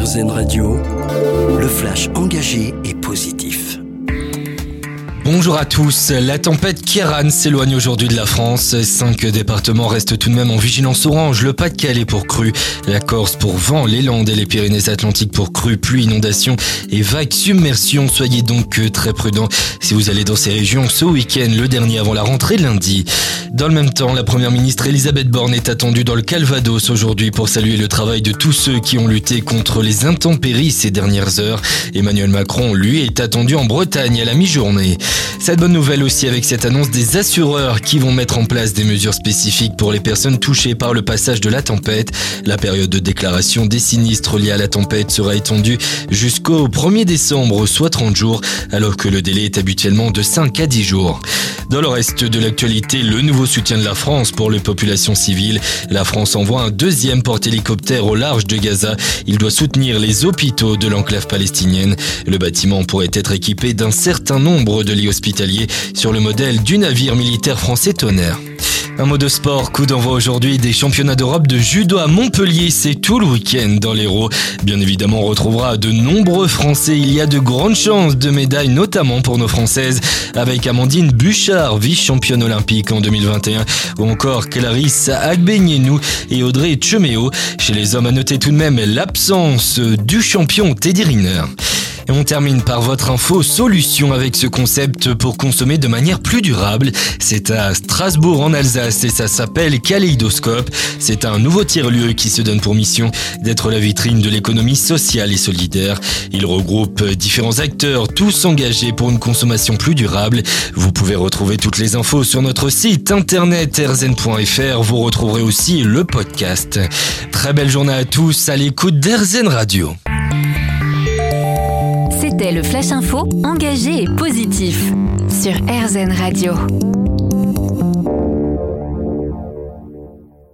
RZN Radio, le flash engagé et positif. Bonjour à tous. La tempête Kieran s'éloigne aujourd'hui de la France. 5 départements restent tout de même en vigilance orange. Le Pas-de-Calais pour crue, la Corse pour vent, les Landes et les Pyrénées-Atlantiques pour crue, pluie, inondation et vagues, submersion. Soyez donc très prudents si vous allez dans ces régions ce week-end, le dernier avant la rentrée lundi. Dans le même temps, la première ministre Elisabeth Borne est attendue dans le Calvados aujourd'hui pour saluer le travail de tous ceux qui ont lutté contre les intempéries ces dernières heures. Emmanuel Macron, lui, est attendu en Bretagne à la mi-journée. Cette bonne nouvelle aussi avec cette annonce des assureurs qui vont mettre en place des mesures spécifiques pour les personnes touchées par le passage de la tempête. La période de déclaration des sinistres liés à la tempête sera étendue jusqu'au 1er décembre, soit 30 jours, alors que le délai est habituellement de 5 à 10 jours. Dans le reste de l'actualité, le nouveau soutien de la France pour les populations civiles. La France envoie un deuxième porte-hélicoptère au large de Gaza. Il doit soutenir les hôpitaux de l'enclave palestinienne. Le bâtiment pourrait être équipé d'un certain nombre de lits hospitaliers sur le modèle du navire militaire français Tonnerre. Un mot de sport, coup d'envoi aujourd'hui des championnats d'Europe de judo à Montpellier, c'est tout le week-end dans l'Hérault. Bien évidemment, on retrouvera de nombreux Français, il y a de grandes chances de médailles, notamment pour nos Françaises, avec Amandine Bouchard, vice-championne olympique en 2021, ou encore Clarisse Agbenienou et Audrey Cheméo. Chez les hommes, à noter tout de même l'absence du champion Teddy Riner. Et on termine par votre info solution avec ce concept pour consommer de manière plus durable. C'est à Strasbourg en Alsace et ça s'appelle Kaléidoscope. C'est un nouveau tiers-lieu qui se donne pour mission d'être la vitrine de l'économie sociale et solidaire. Il regroupe différents acteurs, tous engagés pour une consommation plus durable. Vous pouvez retrouver toutes les infos sur notre site internet rzn.fr. Vous retrouverez aussi le podcast. Très belle journée à tous à l'écoute d'RZN Radio. C'était le Flash Info, engagé et positif sur RZN Radio.